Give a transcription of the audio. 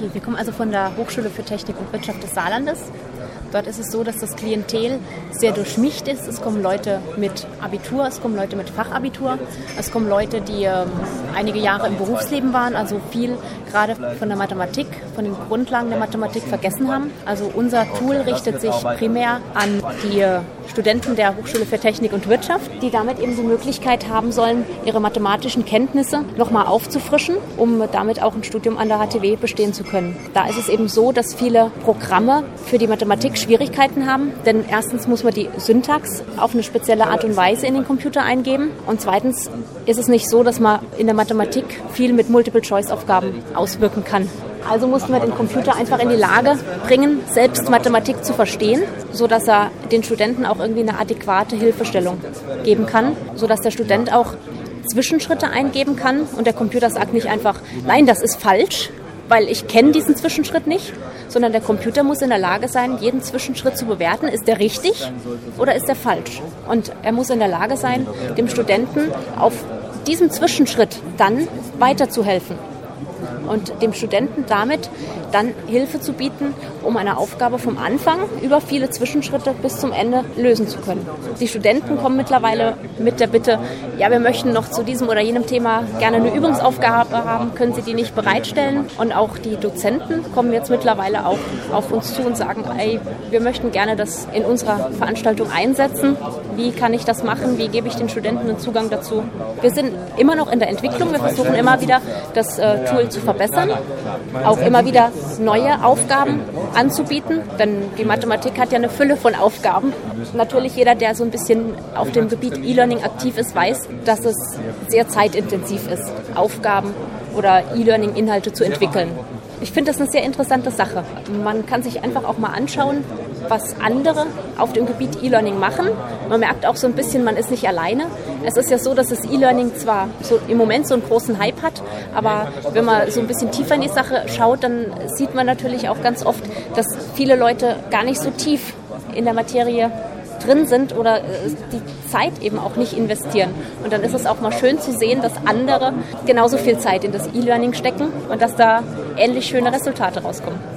Okay, wir kommen also von der Hochschule für Technik und Wirtschaft des Saarlandes. Dort ist es so, dass das Klientel sehr durchmischt ist. Es kommen Leute mit Abitur, es kommen Leute mit Fachabitur, es kommen Leute, die einige Jahre im Berufsleben waren, also viel gerade von der Mathematik, von den Grundlagen der Mathematik vergessen haben. Also unser Tool richtet sich primär an die Studenten der Hochschule für Technik und Wirtschaft, die damit eben die Möglichkeit haben sollen, ihre mathematischen Kenntnisse nochmal aufzufrischen, um damit auch ein Studium an der HTW bestehen zu können. Da ist es eben so, dass viele Programme für die Mathematik Schwierigkeiten haben, denn erstens muss man die Syntax auf eine spezielle Art und Weise in den Computer eingeben und zweitens ist es nicht so, dass man in der Mathematik viel mit Multiple-Choice-Aufgaben auswirken kann. Also mussten wir den Computer einfach in die Lage bringen, selbst Mathematik zu verstehen, sodass er den Studenten auch irgendwie eine adäquate Hilfestellung geben kann, sodass der Student auch Zwischenschritte eingeben kann und der Computer sagt nicht einfach, nein, das ist falsch, weil ich kenne diesen Zwischenschritt nicht, sondern der Computer muss in der Lage sein, jeden Zwischenschritt zu bewerten. Ist der richtig oder ist der falsch? Und er muss in der Lage sein, dem Studenten auf diesem Zwischenschritt dann weiterzuhelfen und dem Studenten damit dann Hilfe zu bieten, um eine Aufgabe vom Anfang über viele Zwischenschritte bis zum Ende lösen zu können. Die Studenten kommen mittlerweile mit der Bitte, ja, wir möchten noch zu diesem oder jenem Thema gerne eine Übungsaufgabe haben, können Sie die nicht bereitstellen? Und auch die Dozenten kommen jetzt mittlerweile auch auf uns zu und sagen, ey, wir möchten gerne das in unserer Veranstaltung einsetzen. Wie kann ich das machen? Wie gebe ich den Studenten einen Zugang dazu? Wir sind immer noch in der Entwicklung. Wir versuchen immer wieder, das Tool zu verbessern, auch immer wieder neue Aufgaben anzubieten, denn die Mathematik hat ja eine Fülle von Aufgaben. Natürlich jeder, der so ein bisschen auf dem Gebiet E-Learning aktiv ist, weiß, dass es sehr zeitintensiv ist, Aufgaben oder E-Learning-Inhalte zu entwickeln. Ich finde das eine sehr interessante Sache. Man kann sich einfach auch mal anschauen, was andere auf dem Gebiet E-Learning machen. Man merkt auch so ein bisschen, man ist nicht alleine. Es ist ja so, dass das E-Learning zwar so im Moment so einen großen Hype hat, aber wenn man so ein bisschen tiefer in die Sache schaut, dann sieht man natürlich auch ganz oft, dass viele Leute gar nicht so tief in der Materie drin sind oder die Zeit eben auch nicht investieren. Und dann ist es auch mal schön zu sehen, dass andere genauso viel Zeit in das E-Learning stecken und dass da ähnlich schöne Resultate rauskommen.